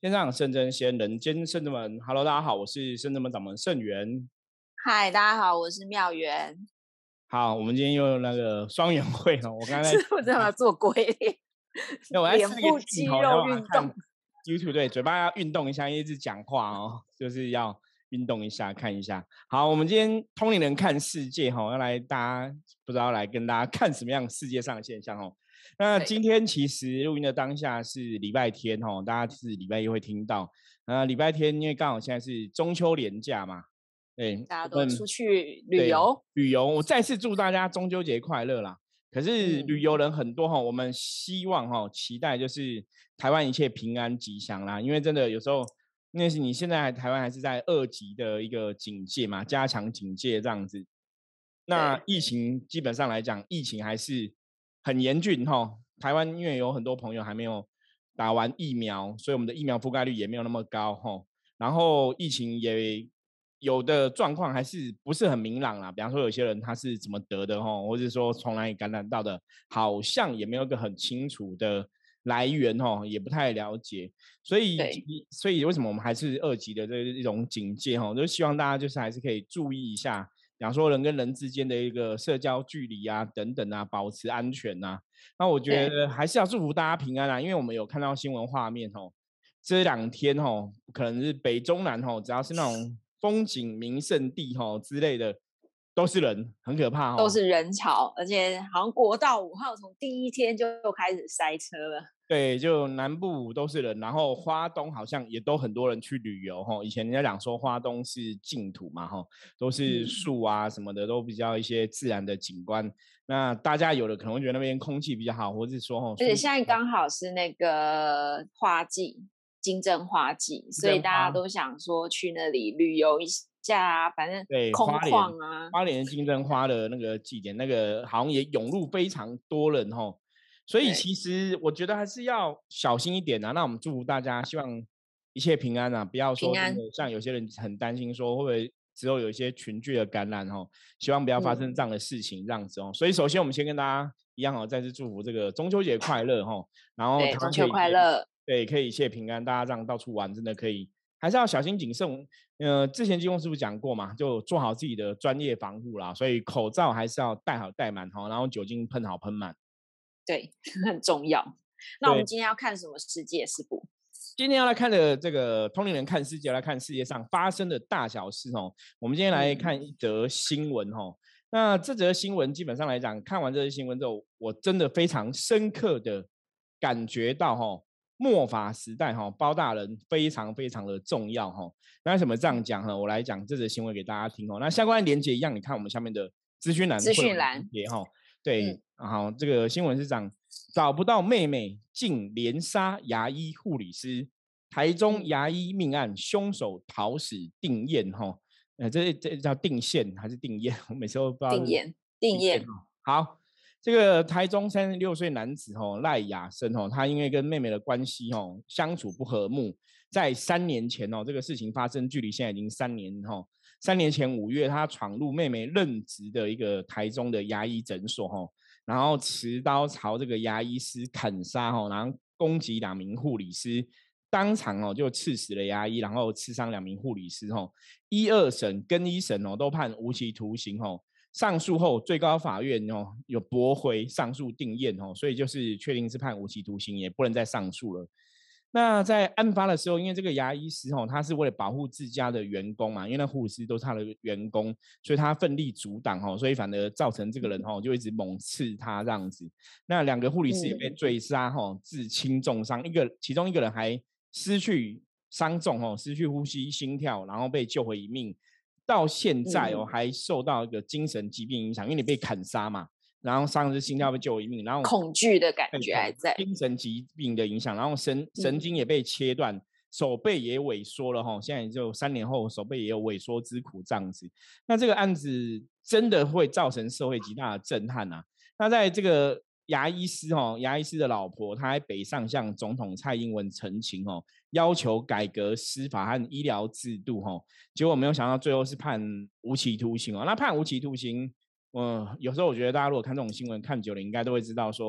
天上圣真仙，人间圣真门。Hello，大家好，我是圣真门掌门圣元。 嗨，大家好，我是妙媛。 好，我们今天又有那个双元会哦。我刚才在是不是要做鬼脸？ 因为我在试脸那个部肌镜头，你要肉运动。 不要看 YouTube？对，嘴巴要运动一下，因为一直讲话哦，就是要运动一下，看一下。好，我们今天通灵人看世界哈，要来大家不知道来跟大家看什么样世界上的现象哦。那对， 今天其实录音的当下是礼拜天哦，大家是礼拜一会听到。礼拜天因为刚好现在是中秋连假嘛，对， 大家都出我们去旅对游。 旅游，我再次祝大家中秋节快乐啦。可是旅嗯， 游人很多哈，我们希望哈，期待就是台湾一切平安吉祥啦。因为真的有时候，那是你现在台湾还是在2级的一个警戒嘛，加强警戒这样子。那对疫情基本上来讲，疫情还是很严峻哈。台湾因为有很多朋友还没有打完疫苗，所以我们的疫苗覆盖率也没有那么高哈。然后疫情也有的状况还是不是很明朗啦，比方说有些人他是怎么得的哈，或者说从哪里感染到的，好像也没有一个很清楚的来源哈，也不太了解。所以对为什么我们还是2级的这一种警戒哈，就希望大家就是还是可以注意一下。比方说人跟人之间的一个社交距离啊，等等啊，保持安全啊。那我觉对， 得还是要祝福大家平安啊，因为我们有看到新闻画面哦，这2天哦，可能是北中南哦，只要是那种风景名胜地哦之类的，都是人，很可怕哦。 都是人潮，而且好像国道5号从第一天就开始塞车了。 对，就南部都是人，然后花东好像也都很多人去旅游哈。以前人家讲说花东是净土嘛哈，都是嗯， 树啊什么的，都比较一些自然的景观。那大家有的可能会觉得那边空气比较好，或是说哈， 而且现在刚好是那个花季，金针花季，所以大家真花都想说去那里旅游一下啊，反正对， 空花莲旷啊。 花莲金针花的那个祭典，那个好像也涌入非常多人哦，所以对， 其实我觉得还是要小心一点啊。那我们祝福大家，希望一切平安啊，不要说真的平安。 像有些人很担心说会不会之后有一些群聚的感染哦，希望不要发生这样的事情，这样子哦。所以首先我们先跟大家一样哦，再次祝福这个中秋节快乐哦，然后对， 台中秋湾可以快乐。 对可以一切平安，大家这样到处玩真的可以。还是要小心谨慎。之前金庸师傅讲过嘛，就做好自己的专业防护啦，所以口罩还是要戴好戴满哈，然后酒精喷好喷满。 对，很重要。那我对， 们今天要看什么世界师傅？ 今天要来看的这个通灵人看世界，来看世界上发生的大小事哦。我们今天来嗯， 看一则新闻哦。那这则新闻基本上来讲，看完这则新闻之后，我真的非常深刻的感觉到哈，末法时代哈，包大人非常非常的重要哈。那为什么这样讲呢？我来讲这则新闻给大家听哦。那相关的连接一样，你看我们下面的资讯栏资会有讯栏。 连接哈。对， 嗯， 好，这个新闻是讲找不到妹妹，竟连杀牙医护理师。台中嗯， 牙医命案，凶手逃死定验哈。这叫定线还是定验？我每次都不知道是定验，定验。 定验哈。好，这个台中36岁男子赖雅生他因为跟妹妹的关系相处不和睦，在3年前这个事情发生，距离现在已经3年3年前5月，他闯入妹妹任职的一个台中的牙医诊所然后持刀朝这个牙医师砍杀然后攻击2名护理师，当场就刺死了牙医，然后刺伤2名护理师1、2审跟1审都判无期徒刑上诉后最高法院有驳回上诉定验所以就是确定是判无期徒刑，也不能再上诉了。那在案发的时候，因为这个牙医师他是为了保护自家的员工嘛，因为那护士都是他的员工，所以他奋力阻挡所以反而造成这个人就一直猛刺他这样子。那2个护理师也被嗯， 追杀致轻重伤，其中一个人还失去伤重失去呼吸心跳，然后被救回一命。到现在嗯， 还受到一个精神疾病影响，因为你被砍杀嘛，然后伤是心跳被救回一命，然后恐惧的感觉还对在。 精神疾病的影响，然后神嗯， 经也被切断，手背也萎缩了现在就3年后手背也有萎缩之苦这样子。那这个案子真的会造成社会极大的震撼啊。那在这个牙医师的老婆，她还北上向总统蔡英文陈情要求改革司法和医疗制度结果没有想到最后是判无期徒刑那判无期徒刑有时候我觉得大家如果看这种新闻看久了，应该都会知道说，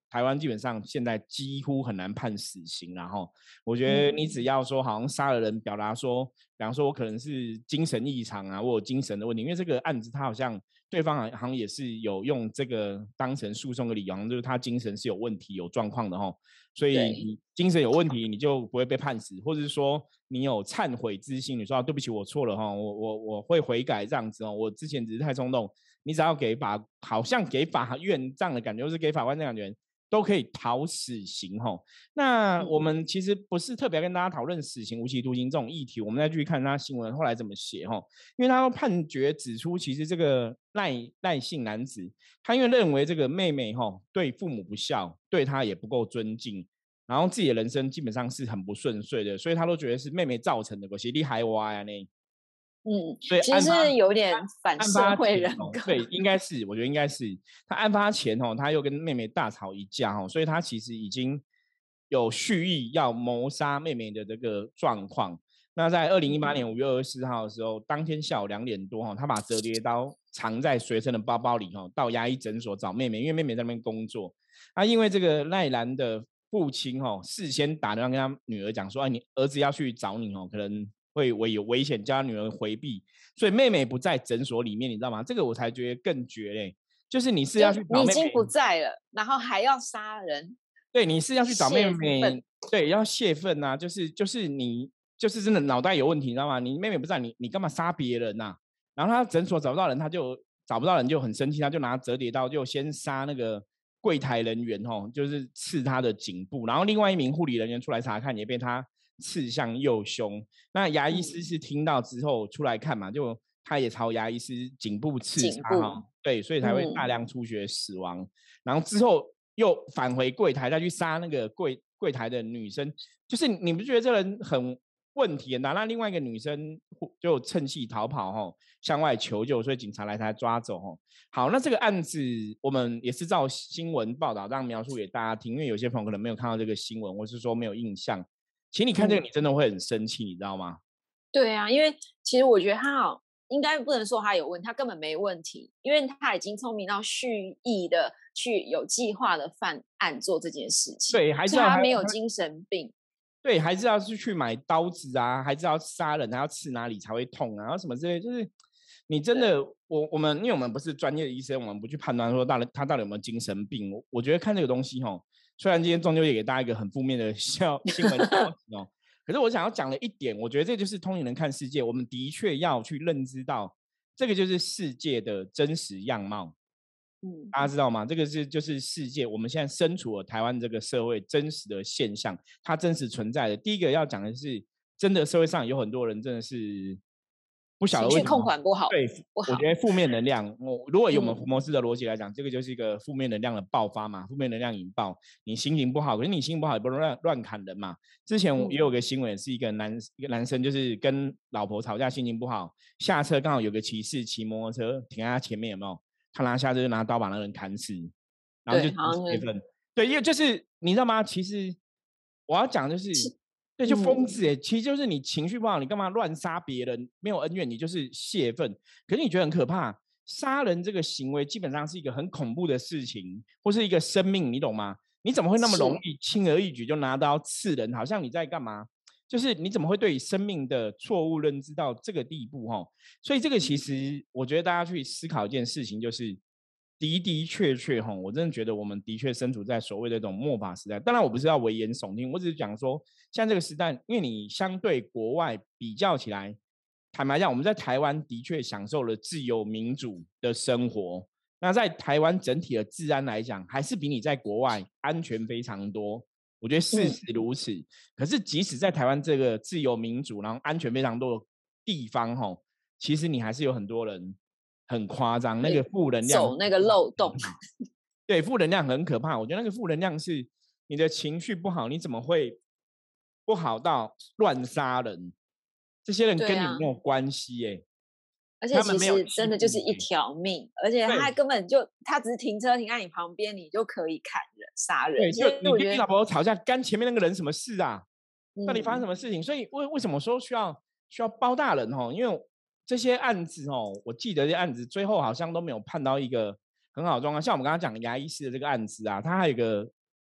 台湾基本上现在几乎很难判死刑，然后我觉得你只要说好像杀了人，表达说，比方说我可能是精神异常啊，我有精神的问题，因为这个案子他好像对方好像也是有用这个当成诉讼的理由，就是他精神是有问题、有状况的哈，所以你精神有问题，你就不会被判死，或者是说你有忏悔之心，你说对不起，我错了哈，我会悔改这样子哦，我之前只是太冲动。你只要好像给法院这样的感觉，或是给法官这样的感觉，都可以讨死刑吼。那我们其实不是特别跟大家讨论死刑、无期徒刑这种议题，我们再继续看他新闻后来怎么写吼。因为他判决指出，其实这个赖姓男子，他因为认为这个妹妹吼对父母不孝，对他也不够尊敬，然后自己的人生基本上是很不顺遂的，所以他都觉得是妹妹造成的，我是你害我呀呢。 其实是有点反社会人格。 对，应该是，我觉得应该是他案发前他又跟妹妹大吵一架所以他其实已经有蓄意要谋杀妹妹的这个状况。那在2018年5月24号的时候，当天下午2点多他把折叠刀藏在随身的包包里到牙医诊所找妹妹，因为妹妹在那边工作。因为这个赖兰的父亲事先打电话跟他女儿讲说，你儿子要去找你可能会有危险，叫他女儿回避，所以妹妹不在诊所里面，你知道吗？这个我才觉得更绝嘞，就是你是要去找妹妹， 你已经不在了，然后还要杀人， 对，你是要去找妹妹，对，要泄愤啊，就是你就是真的脑袋有问题，你知道吗？你妹妹不在，你干嘛杀别人啊？然后他诊所找不到人，他就找不到人就很生气，他就拿折叠刀就先杀那个柜台人员就是刺他的颈部，然后另外一名护理人员出来查看，也被他刺向右胸。那牙医师是听到之后出来看嘛，就他也朝牙医师颈部刺杀对，所以才会大量出血死亡。然后之后又返回柜台再去杀那个柜台的女生，就是你不觉得这人很问题很大？那另外一个女生就趁机逃跑向外求救，所以警察来才抓走好，那这个案子我们也是照新闻报道这样描述给大家听，因为有些朋友可能没有看到这个新闻，或是说没有印象。其实你看这个，你真的会很生气，你知道吗？ 对啊，因为其实我觉得他应该不能说他有问题，他根本没问题，因为他已经聪明到蓄意的去有计划的犯案做这件事情。 对，还是他没有精神病。 对，还是要去买刀子啊，还是要杀人，还要刺哪里才会痛啊，然后什么之类，就是你真的，我们因为我们不是专业的医生，我们不去判断说他到底有没有精神病。我觉得看这个东西虽然今天中秋也给大家一个很负面的新闻消息可是我想要讲的一点，我觉得这就是通灵人看世界，我们的确要去认知到，这个就是世界的真实样貌。大家知道吗？这个就是世界，我们现在身处的台湾这个社会真实的现象，它真实存在的。第一个要讲的是，真的社会上有很多人真的是不晓得为什么情绪控管不好。 对，我觉得负面能量，如果以我们福摩斯的逻辑来讲，这个就是一个负面能量的爆发嘛，负面能量引爆，你心情不好，可是你心情不好也不能乱砍人嘛。之前也有个新闻，是一个男生就是跟老婆吵架，心情不好，下车刚好有个骑士骑摩托车停在他前面，有没有？他拿下车就拿刀把那人砍死，然后就泄愤。对，因为就是你知道吗？其实我要讲就是，对，就疯子其实就是你情绪不好，你干嘛乱杀别人？没有恩怨，你就是泄愤。可是你觉得很可怕，杀人这个行为基本上是一个很恐怖的事情，或是一个生命，你懂吗？你怎么会那么容易轻而易举就拿刀刺人？好像你在干嘛？就是你怎么会对生命的错误认知到这个地步所以这个其实我觉得大家去思考一件事情，就是的确我真的觉得我们的确身处在所谓的这种末法时代。当然我不是要危言耸听，我只是讲说像这个时代，因为你相对国外比较起来，坦白讲我们在台湾的确享受了自由民主的生活，那在台湾整体的治安来讲还是比你在国外安全非常多，我觉得事实如此。可是即使在台湾这个自由民主然后安全非常多的地方其实你还是有很多人很夸张，那个负能量走那个漏洞。 对，负能量很可怕。我觉得那个负能量是你的情绪不好，你怎么会不好到乱杀人？这些人跟你没有关系而且其实真的就是一条命，而且他根本就他只是停车停在你旁边，你就可以砍人杀人。 对，就你跟你老婆吵架，干前面那个人什么事啊？到底发生什么事情？所以为什么说需要包大人因为这些案子我记得这些案子最后好像都没有判到一个很好的状况。像我们刚刚讲牙医师的这个案子啊，他还有一个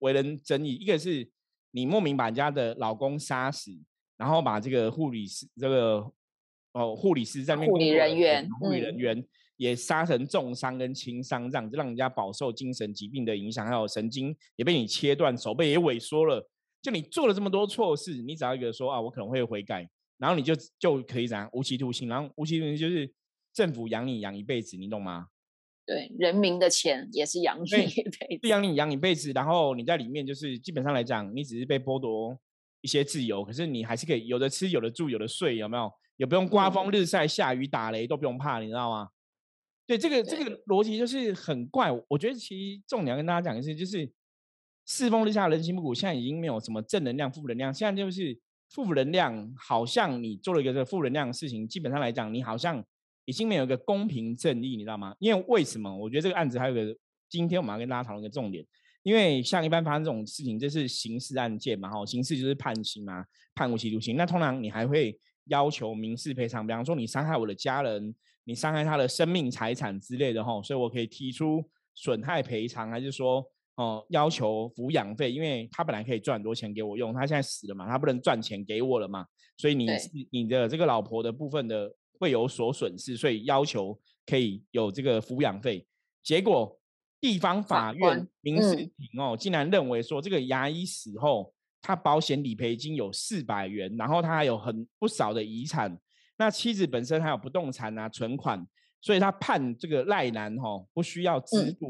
为人争议，一个是你莫名把人家的老公杀死，然后把这个护理师护理师在那边护理工作人员， 护理人员也杀成重伤跟轻伤，这样子让人家饱受精神疾病的影响，还有神经也被你切断，手背也萎缩了。就你做了这么多错事，你只要一个说啊，我可能会悔改，然后你就可以怎样无期徒刑，然后无期徒刑就是政府养你养一辈子，你懂吗？ 对，人民的钱也是养你一辈子， 养你一辈子，然后你在里面就是基本上来讲，你只是被剥夺一些自由，可是你还是可以有的吃、有的住、有的睡，有没有？也不用刮风日晒、下雨打雷都不用怕，你知道吗？对，这个逻辑就是很怪。我觉得其实重点要跟大家讲的是，就是世风日下人心不古，现在已经没有什么正能量、负能量，现在就是负能量，好像你做了一个这个负能量的事情，基本上来讲，你好像已经没有一个公平正义，你知道吗？因为为什么？我觉得这个案子还有个，今天我们要跟大家讨论一个重点，因为像一般发生这种事情，这是刑事案件嘛，刑事就是判刑嘛，判无期徒刑。那通常你还会要求民事赔偿，比方说你伤害我的家人，你伤害他的生命财产之类的，所以我可以提出损害赔偿，还是说要求抚养费，因为他本来可以赚很多钱给我用，他现在死了嘛，他不能赚钱给我了嘛，所以你的这个老婆的部分的会有所损失，所以要求可以有这个抚养费。结果地方法院民事庭竟然认为说这个牙医死后，他保险理赔金有400元，然后他还有很不少的遗产，那妻子本身还有不动产啊存款，所以他判这个赖男不需要支付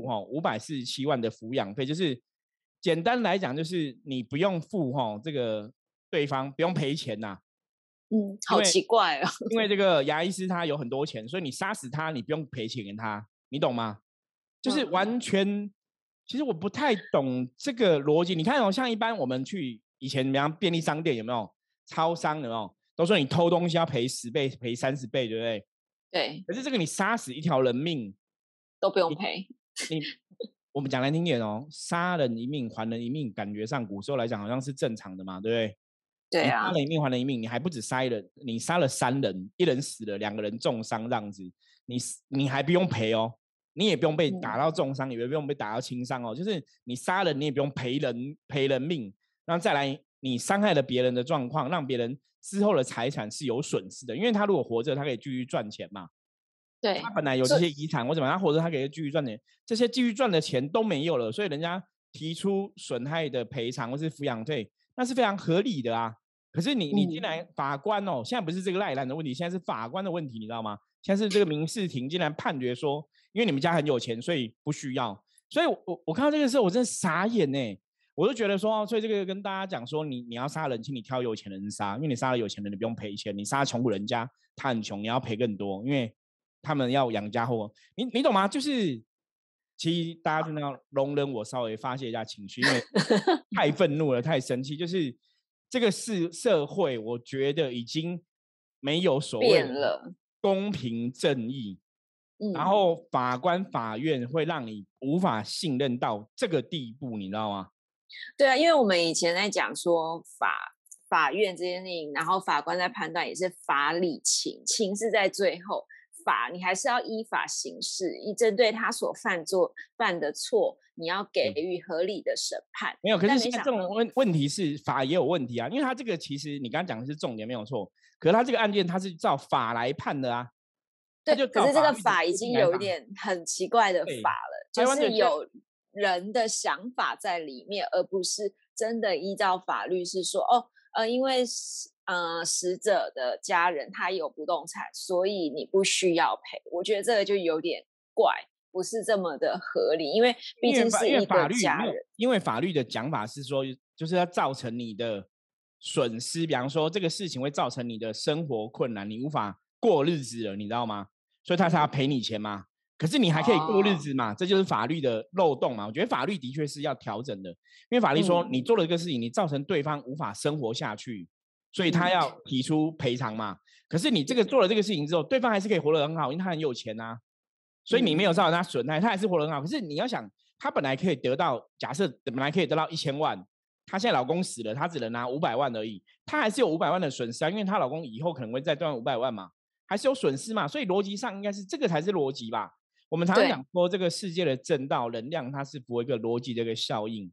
547万的抚养费，就是简单来讲就是你不用付这个对方不用赔钱呐。 好奇怪哦。 因为这个牙医师他有很多钱，所以你杀死他，你不用赔钱给他，你懂吗？就是完全，其实我不太懂这个逻辑。你看像一般我们去以前，比方便利商店有没有？超商有没有？都说你偷东西要赔10倍、赔30倍，对不对？ 对。 可是这个你杀死一条人命都不用赔。 我们讲难听点杀人一命还人一命，感觉上古时候来讲好像是正常的嘛，对不对？ 对啊， 你杀了一命还了一命，你还不止杀人，你杀了3人，1人死了，2个人重伤，这样子，你还不用赔你也不用被打到重伤，也不用被打到轻伤就是你杀人，你也不用赔人命，然后再来你伤害了别人的状况，让别人之后的财产是有损失的，因为他如果活着，他可以继续赚钱嘛。 对， 他本来有这些遗产或怎么样，他活着他可以继续赚钱，这些继续赚的钱都没有了，所以人家提出损害的赔偿或是抚养费，那是非常合理的啊。可是你进来法官现在不是这个赖烂的问题，现在是法官的问题，你知道吗？现在是这个民事庭竟然判决说，因为你们家很有钱，所以不需要。所以我看到这个时候，我真的傻眼我就觉得说，所以这个跟大家讲说，你要杀人，请你挑有钱人杀，因为你杀了有钱人，你不用赔钱；你杀穷苦人家，他很穷，你要赔更多，因为他们要养家活口。你懂吗？就是其实大家真的要容忍我稍微发泄一下情绪，因为太愤怒了，太生气。就是这个社会，我觉得已经没有所谓的公平正义。然后法官、法院会让你无法信任到这个地步，你知道吗？ 对啊，因为我们以前在讲说法院这件事情，然后法官在判断也是法理情，情是在最后，法你还是要依法行事，针对他所犯的错，你要给予合理的审判。 没有，可是现在这种问题是法也有问题啊，因为他这个其实你刚刚讲的是重点没有错，可是他这个案件他是照法来判的啊。 对，可是这个法已经有一点很奇怪的法了，就是有人的想法在里面，而不是真的依照法律是说因为死者的家人他有不动产，所以你不需要赔。我觉得这个就有点怪，不是这么的合理，因为毕竟是一个家人。 因为法律的讲法是说，就是要造成你的损失，比方说这个事情会造成你的生活困难，你无法过日子了，你知道吗？所以他才要赔你钱嘛。可是你还可以过日子嘛，这就是法律的漏洞嘛。我觉得法律的确是要调整的，因为法律说你做了这个事情，你造成对方无法生活下去，所以他要提出赔偿嘛。可是你这个做了这个事情之后，对方还是可以活得很好，因为他很有钱啊，所以你没有造成他损害，他还是活得很好。可是你要想，他本来可以得到，假设本来可以得到1000万，她现在老公死了，她只能拿500万而已，她还是有500万的损失啊，因为她老公以后可能会再赚500万嘛，还是有损失嘛，所以逻辑上应该是这个才是逻辑吧。我们常常讲说，这个世界的正道能量，它是符合一个逻辑的一个效应。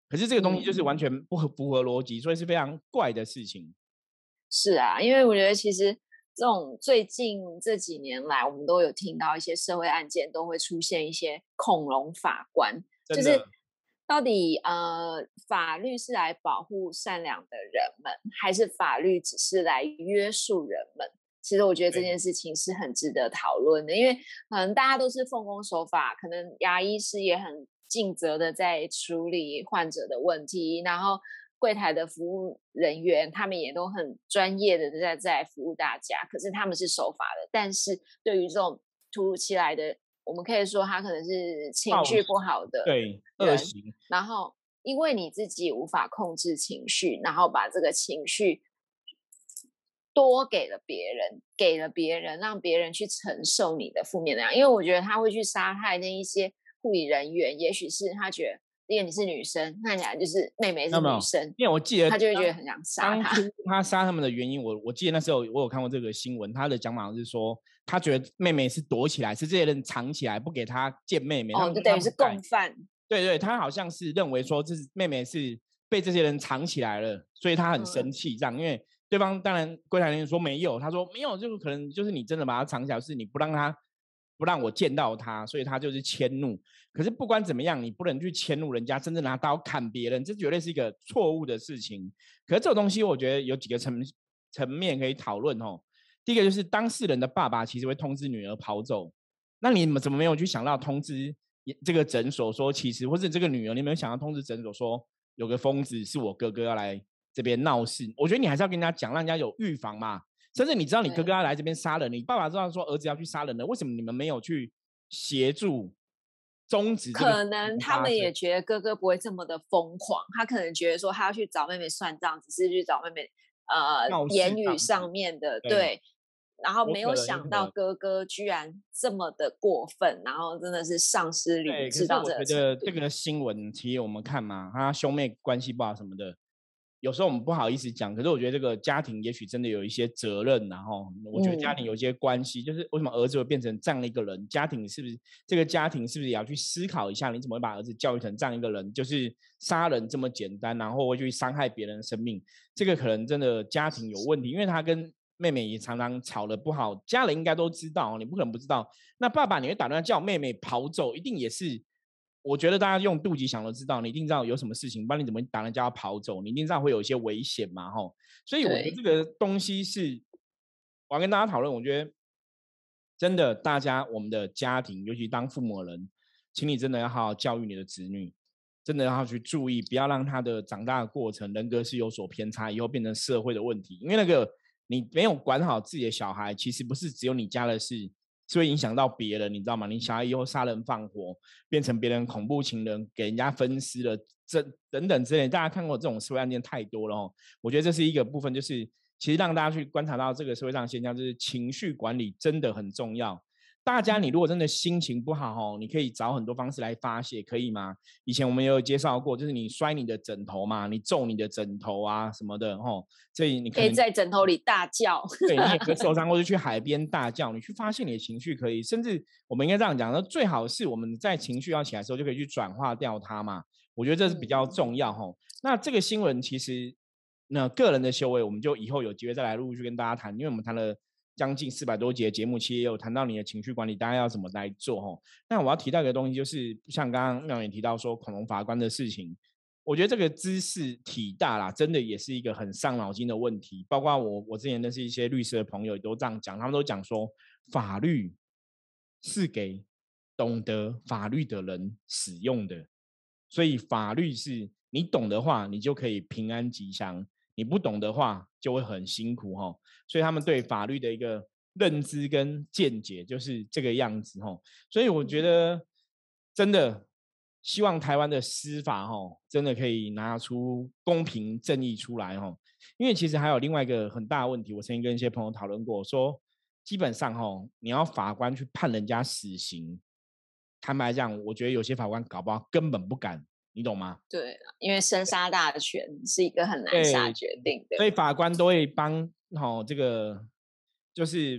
可是这个东西就是完全不符合逻辑，所以是非常怪的事情。 是啊，因为我觉得其实这种最近这几年来，我们都有听到一些社会案件都会出现一些恐龙法官，就是到底法律是来保护善良的人们，还是法律只是来约束人们？其实我觉得这件事情是很值得讨论的，因为可能大家都是奉公守法，可能牙医师也很尽责的在处理患者的问题，然后柜台的服务人员他们也都很专业的在服务大家，可是他们是守法的，但是对于这种突如其来的，我们可以说他可能是情绪不好的恶行， 然后因为你自己无法控制情绪，然后把这个情绪多给了别人，让别人去承受你的负面能量。因为我觉得他会去杀害那一些护理人员，也许是他觉得，因为你是女生，看起来就是妹妹是女生， 因为我记得他就会觉得很想杀他。 当初他杀他们的原因，我记得那时候我有看过这个新闻，他的讲法是说，他觉得妹妹是躲起来，是这些人藏起来不给他见妹妹， 就等于是共犯。 对，他好像是认为说，这是妹妹是被这些人藏起来了，所以他很生气这样，因为对方当然柜台人员说没有，他说没有，就可能就是你真的把他藏起来，是你不让我见到他，所以他就是迁怒。可是不管怎么样，你不能去迁怒人家，甚至拿刀砍别人，这绝对是一个错误的事情。可是这种东西，我觉得有几个层面可以讨论哦。第一个就是当事人的爸爸其实会通知女儿跑走，那你们怎么没有去想到通知这个诊所说，其实或是这个女儿，你有没有想要通知诊所说，有个疯子是我哥哥要来这边闹事？我觉得你还是要跟人家讲，让人家有预防嘛。甚至你知道你哥哥要来这边杀人，你爸爸知道说儿子要去杀人了，为什么你们没有去协助终止？ 可能他们也觉得哥哥不会这么的疯狂，他可能觉得说他要去找妹妹算账，只是去找妹妹言语上面的对，然后没有想到哥哥居然这么的过分，然后真的是丧失理智到这个程度。 我觉得这个新闻其实我们看嘛，他兄妹关系不好什么的，有时候我们不好意思讲，可是我觉得这个家庭也许真的有一些责任，然后我觉得家庭有一些关系，就是为什么儿子会变成这样的一个人，家庭是不是这个家庭是不是也要去思考一下，你怎么会把儿子教育成这样一个人，就是杀人这么简单，然后会去伤害别人的生命，这个可能真的家庭有问题，因为他跟妹妹也常常吵得不好，家人应该都知道，你不可能不知道。那爸爸你会打电话叫妹妹跑走，一定也是。我觉得大家用肚脐想都知道，你一定知道有什么事情，不然你怎么打人家要跑走？你一定知道会有一些危险嘛，吼。所以我觉得这个东西是，我要跟大家讨论。我觉得真的，大家我们的家庭，尤其当父母的人，请你真的要好好教育你的子女，真的要去注意，不要让他的长大的过程人格是有所偏差，以后变成社会的问题。因为那个你没有管好自己的小孩，其实不是只有你家的事。是会影响到别人，你知道吗？你小孩以后杀人放火，变成别人恐怖情人，给人家分尸了，这等等之类，大家看过这种社会案件太多了哦。我觉得这是一个部分，就是其实让大家去观察到这个社会上的现象，就是情绪管理真的很重要。大家，你如果真的心情不好，你可以找很多方式来发泄，可以吗？以前我们也有介绍过，就是你摔你的枕头嘛，你揍你的枕头啊什么的，所以你可以在枕头里大叫， 对，你也会受伤，或者去海边大叫，你去发泄你的情绪可以，甚至我们应该这样讲，那最好是我们在情绪要起来的时候就可以去转化掉它嘛。我觉得这是比较重要哈。那这个新闻其实，那个人的修为，我们就以后有机会再来陆续跟大家谈，因为我们谈了将近400多集的节目，其实也有谈到你的情绪管理，大家要怎么来做哈。那我要提到一个东西，就是像刚刚妙远提到说恐龙法官的事情。我觉得这个知识体大啦，真的也是一个很伤脑筋的问题。包括我之前认识一些律师的朋友也都这样讲，他们都讲说，法律是给懂得法律的人使用的，所以法律是你懂的话，你就可以平安吉祥；你不懂的话，就会很辛苦哈。所以他们对法律的一个认知跟见解就是这个样子哈。所以我觉得真的。希望台湾的司法真的可以拿出公平正义出来因为其实还有另外一个很大的问题，我曾经跟一些朋友讨论过，说基本上你要法官去判人家死刑，坦白讲，我觉得有些法官搞不好根本不敢，你懂吗？ 对，因为生杀大权是一个很难下决定的， 所以法官都会帮这个就是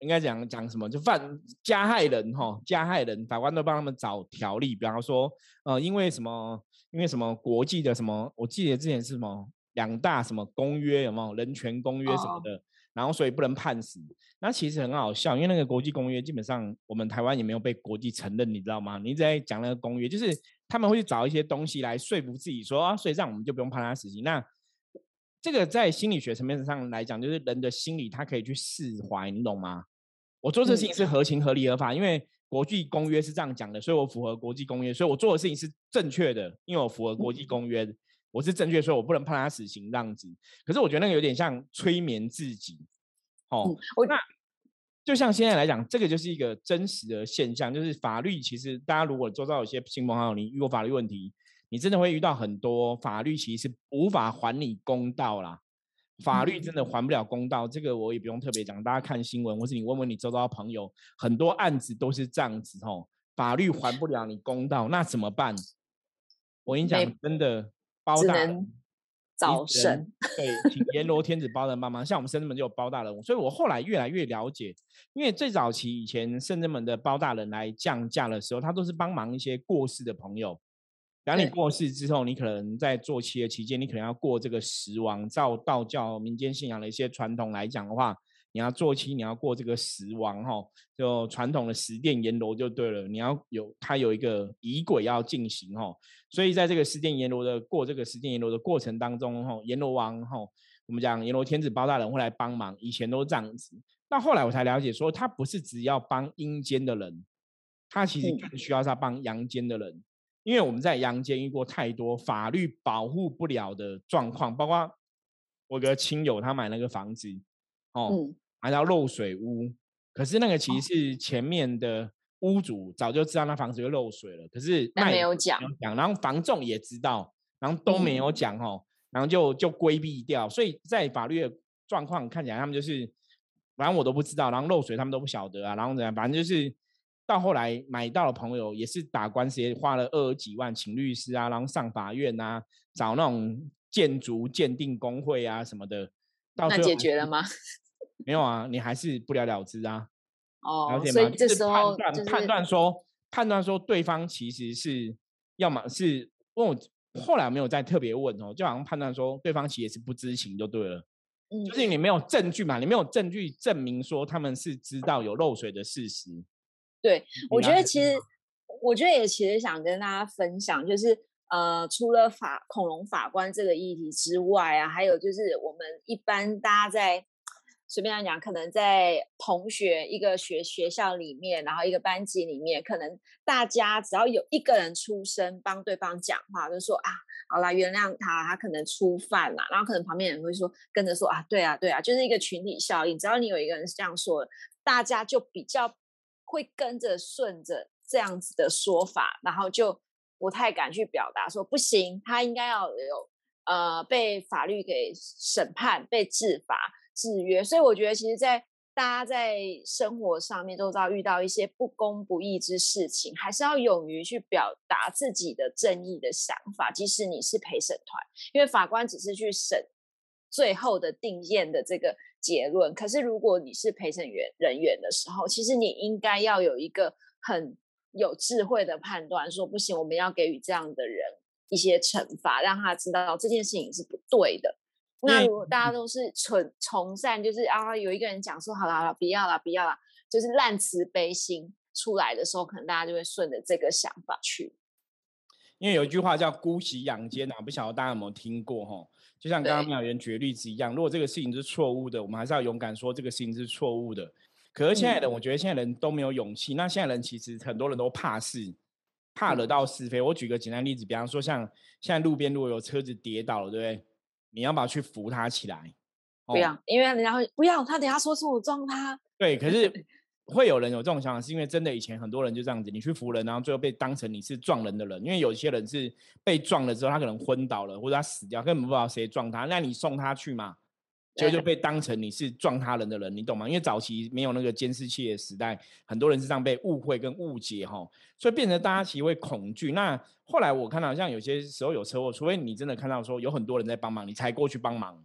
应该讲什么，就加害人加害人，法官都帮他们找条例，比方说因为什么国际的什么，我记得之前是什么2大什么公约，有没有人权公约什么的，然后所以不能判死。那其实很好笑，因为那个国际公约基本上我们台湾也没有被国际承认，你知道吗？你一直在讲那个公约，就是他们会去找一些东西来说服自己说啊，所以这样我们就不用判他死刑。那这个在心理学层面上来讲，就是人的心理他可以去释怀，你懂吗？我做这事情是合情合理合法，因为国际公约是这样讲的，所以我符合国际公约，所以我做的事情是正确的，因为我符合国际公约，我是正确，所以我不能判他死刑这样子。可是我觉得那个有点像催眠自己，那就像现在来讲，这个就是一个真实的现象，就是法律其实大家如果周遭有些亲朋好友，你遇过法律问题，你真的会遇到很多法律其实无法还你公道啦。法律真的还不了公道，这个我也不用特别讲，大家看新闻或是你问问你周遭的朋友，很多案子都是这样子法律还不了你公道，那怎么办？我跟你讲，真的包大人找神， 对，请阎罗天子包大人帮忙。像我们圣真门就有包大人，所以我后来越来越了解，因为最早期以前圣真门的包大人来降价的时候，他都是帮忙一些过世的朋友。然后你过世之后，你可能在做期的期间，你可能要过这个十亡，照道教民间信仰的一些传统来讲的话，你要做期，你要过这个十亡就传统的十殿阎罗就对了，你要它有一个仪轨要进行所以在这个十殿阎罗的过程当中阎罗王我们讲阎罗天子包大人会来帮忙，以前都是这样子。到后来我才了解说，他不是只要帮阴间的人，他其实更需要他帮阳间的人。因为我们在阳间遇过太多法律保护不了的状况，包括我有个亲友他买那个房子买到漏水屋，可是那个其实是前面的屋主早就知道那房子会漏水了，可是但没有讲， 然后房仲也知道，然后都没有讲然后就规避掉，所以在法律的状况看起来他们就是反正我都不知道，然后漏水他们都不晓得啊，然后怎样，反正就是到后来买到的朋友也是打官司，也花了20几万请律师啊，然后上法院啊，找那种建筑鉴定工会啊什么的，到最后那解决了吗？ 没有啊，你还是不了了之啊。了解吗？ 所以这时候判断说对方其实是要么是问我，后来没有再特别问就好像判断说对方其实也是不知情就对了。就是你没有证据嘛，你没有证据证明说他们是知道有漏水的事实。 对，我觉得也其实想跟大家分享，就是除了恐龙法官这个议题之外啊，还有就是我们一般大家在随便来讲，可能在同学一个学校里面，然后一个班级里面，可能大家只要有一个人出声帮对方讲话，就说啊，好啦，原谅他，他可能初犯啦，然后可能旁边人会说跟着说啊，对啊，对啊，就是一个群体效应，只要你有一个人是这样说的，大家就比较会跟着顺着这样子的说法，然后就不太敢去表达说不行，他应该要有被法律给审判、被治罚、制约。所以我觉得，其实大家在生活上面都知道遇到一些不公不义之事情，还是要勇于去表达自己的正义的想法，即使你是陪审团，因为法官只是去审最后的定验的这个结论。可是如果你是陪审人员的时候，其实你应该要有一个很有智慧的判断，说不行，我们要给予这样的人一些惩罚，让他知道这件事情是不对的。那如果大家都是从善，就是有一个人讲说好了好了，不要啦不要啦，就是烂慈悲心出来的时候，可能大家就会顺着这个想法去。 因为有一句话叫姑息养奸不晓得大家有没有听过就像刚刚妙媛举例子一样，如果这个事情是错误的，我们还是要勇敢说这个事情是错误的。可是现在人，我觉得现在人都没有勇气。那现在人其实很多人都怕事，怕惹到是非。我举个简单例子，比方说像现在路边如果有车子跌倒了，对不对？你要不要去扶他起来？ 不要，因为人家会不要他，等下说是我撞他。 对，可是会有人有这种想法，是因为真的以前很多人就这样子，你去扶人，然后最后被当成你是撞人的人。因为有些人是被撞了之后，他可能昏倒了，或者他死掉，根本不知道谁撞他，那你送他去嘛？结果就被当成你是撞他人的人，你懂吗？因为早期没有那个监视器的时代，很多人是这样被误会跟误解所以变成大家其实会恐惧。那后来我看到像有些时候有车祸，除非你真的看到说有很多人在帮忙，你才过去帮忙，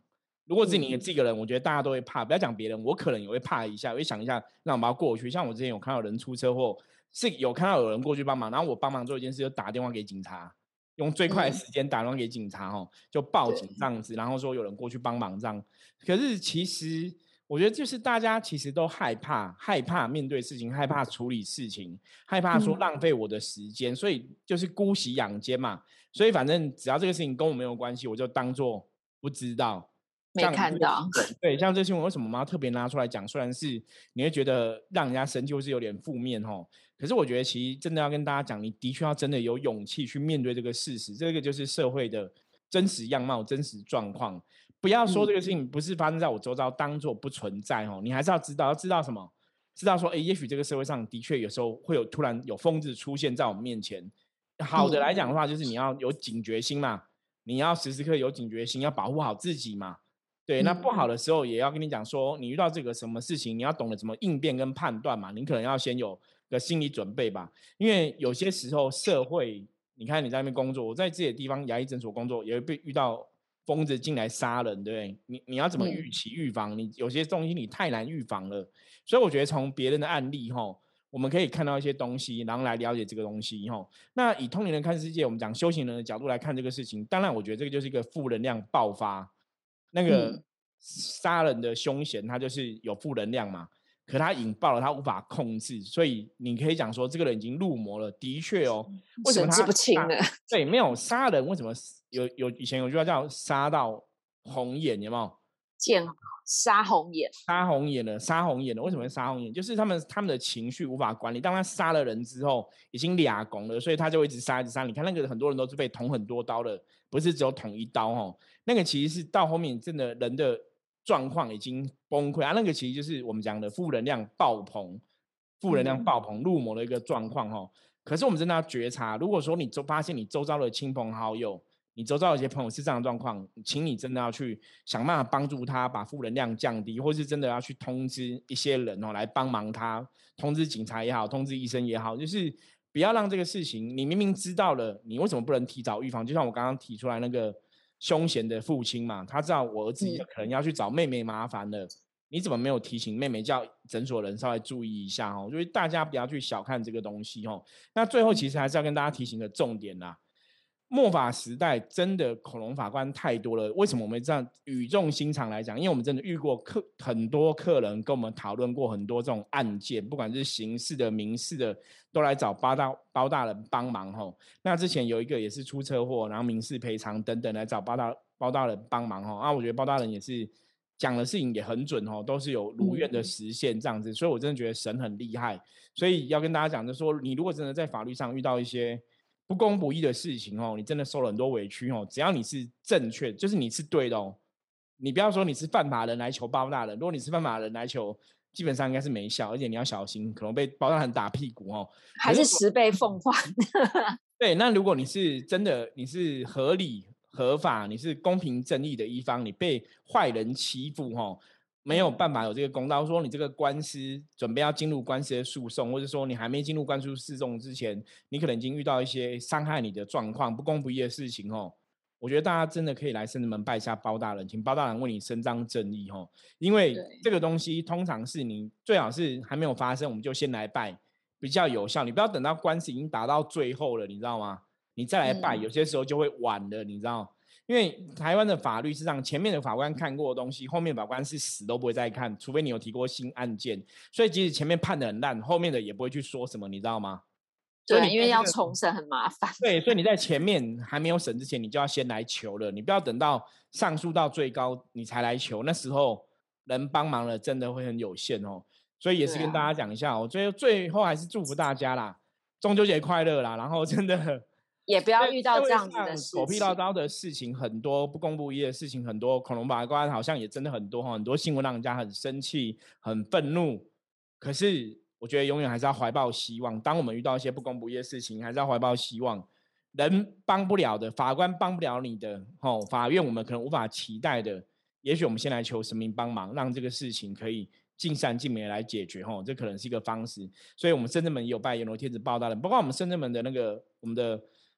如果是你自己个人，我觉得大家都会怕，不要讲别人，我可能也会怕一下，我会想一下，让我把它过去。像我之前有看到人出车祸，是有看到有人过去帮忙，然后我帮忙做一件事，就打电话给警察，用最快的时间打电话给警察，就报警这样子，然后说有人过去帮忙这样。可是其实我觉得就是大家其实都害怕面对事情，害怕处理事情，害怕说浪费我的时间，所以就是姑息养奸嘛。所以反正只要这个事情跟我没有关系，我就当做不知道。 没看到。 对，像这新闻为什么我们要特别拿出来讲？虽然是你会觉得让人家生气或是有点负面可是我觉得其实真的要跟大家讲，你的确要真的有勇气去面对这个事实，这个就是社会的真实样貌、真实状况。不要说这个事情不是发生在我周遭，当做不存在你还是要知道什么？知道说，也许这个社会上的确有时候会有突然有疯子出现在我们面前。好的来讲的话，就是你要有警觉心嘛，你要时时刻有警觉心，要保护好自己嘛。对，那不好的时候也要跟你讲说，你遇到这个什么事情，你要懂得怎么应变跟判断嘛。你可能要先有个心理准备吧，因为有些时候社会，你看你在那边工作，我在自己的地方牙医诊所工作，也会被遇到疯子进来杀人，对不对？你要怎么预期预防？你有些东西你太难预防了，所以我觉得从别人的案例我们可以看到一些东西，然后来了解这个东西那以通灵人看世界，我们讲修行人的角度来看这个事情，当然我觉得这个就是一个负能量爆发。那个杀人的凶嫌，他就是有负能量嘛，可他引爆了，他无法控制，所以你可以讲说，这个人已经入魔了。的确为什么他神志不清了？ 对，没有杀人，为什么以前有句话叫杀到红眼，有没有？ 杀红眼， 杀红眼了，为什么会杀红眼？就是他们的情绪无法管理。当他杀了人之后，已经俩拱了，所以他就一直杀，一直杀。你看那个很多人都是被捅很多刀的，不是只有捅一刀那个其实是到后面真的人的状况已经崩溃啊。那个其实就是我们讲的负能量爆棚，入魔的一个状况可是我们真的要觉察，如果说你发现你周遭的亲朋好友，你周遭有些朋友是这样的状况，请你真的要去想办法帮助他把负能量降低，或是真的要去通知一些人来帮忙他，通知警察也好，通知医生也好，就是不要让这个事情，你明明知道了，你为什么不能提早预防？就像我刚刚提出来那个凶嫌的父亲嘛，他知道我儿子可能要去找妹妹麻烦了。你怎么没有提醒妹妹叫诊所人稍微注意一下就是大家不要去小看这个东西那最后其实还是要跟大家提醒个重点啦。末法时代真的恐龙法官太多了，为什么我们这样语重心长来讲？因为我们真的遇过很多客人跟我们讨论过很多这种案件，不管是刑事的、民事的，都来找包大人帮忙那之前有一个也是出车祸，然后民事赔偿等等来找包大人帮忙我觉得包大人也是讲的事情也很准都是有如愿的实现这样子，所以我真的觉得神很厉害。所以要跟大家讲，就是说你如果真的在法律上遇到一些不公不义的事情你真的受了很多委屈只要你是正确，就是你是对的你不要说你是犯法人来求包大人，如果你是犯法人来求，基本上应该是没效，而且你要小心，可能被包大人打屁股还是10倍奉还。 对，那如果你是真的，你是合理合法，你是公平正义的一方，你被坏人欺负没有办法有这个公道，说你这个官司准备要进入官司的诉讼，或者说你还没进入官司诉讼之前，你可能已经遇到一些伤害你的状况、不公不义的事情我觉得大家真的可以来圣子门拜一下包大人，请包大人为你伸张正义因为这个东西通常是你最好是还没有发生，我们就先来拜，比较有效。你不要等到官司已经打到最后了，你知道吗？你再来拜，有些时候就会晚了，你知道。因为台湾的法律是让前面的法官看过的东西，后面法官是死都不会再看，除非你有提过新案件。所以即使前面判的很烂，后面的也不会去说什么，你知道吗？ 对，因为要重审很麻烦。 对，所以你在前面还没有审之前，你就要先来求了，你不要等到上诉到最高你才来求，那时候能帮忙了真的会很有限所以也是跟大家讲一下最后还是祝福大家啦，中秋节快乐啦，然后真的。 也不要遇到这样子的事情， 狗屁叨叨的事情很多，不公不义的事情很多，恐龙法官好像也真的很多很多新闻让人家很生气、很愤怒。可是我觉得永远还是要怀抱希望。当我们遇到一些不公不义的事情，还是要怀抱希望。人帮不了的，法官帮不了你的，法院我们可能无法期待的，也许我们先来求神明帮忙，让这个事情可以尽善尽美来解决这可能是一个方式。所以我们圣真门也有拜阎罗天子包大人，包括我们圣真门的那个我们的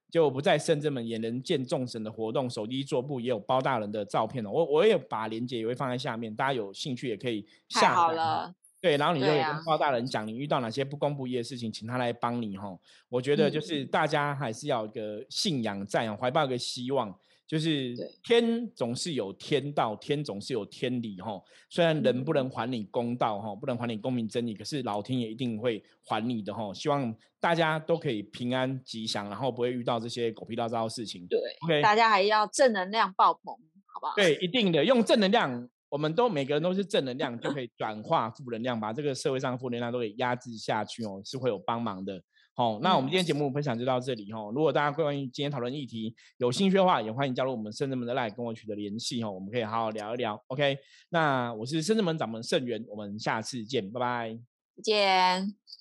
就不在圣真门也能见众神的活动，手机桌布也有包大人的照片哦，我也把链接也会放在下面，大家有兴趣也可以太下载。 好了， 对，然后你就对啊， 跟包大人讲你遇到哪些不公不义的事情，请他来帮你哈。我觉得就是大家还是要有一个信仰在哦，怀抱一个希望，就是对， 天总是有天道，天总是有天理哈。虽然人不能还你公道哈，不能还你公平正义，可是老天也一定会还你的哈。希望大家都可以平安吉祥，然后不会遇到这些狗屁倒灶的事情。 对， OK， 大家还要正能量爆棚，好不好？ 对，一定的，用正能量，我们都每个人都是正能量，就可以转化负能量，把这个社会上负能量都给压制下去哦，是会有帮忙的。好、那我们今天节目分享就到这里哦。如果大家关于今天讨论议题有兴趣的话，也欢迎加入我们圣真门的 LINE 跟我取得联系哦，我们可以好好聊一聊。OK，那我是圣真门掌门盛元，我们下次见，拜拜。 再见。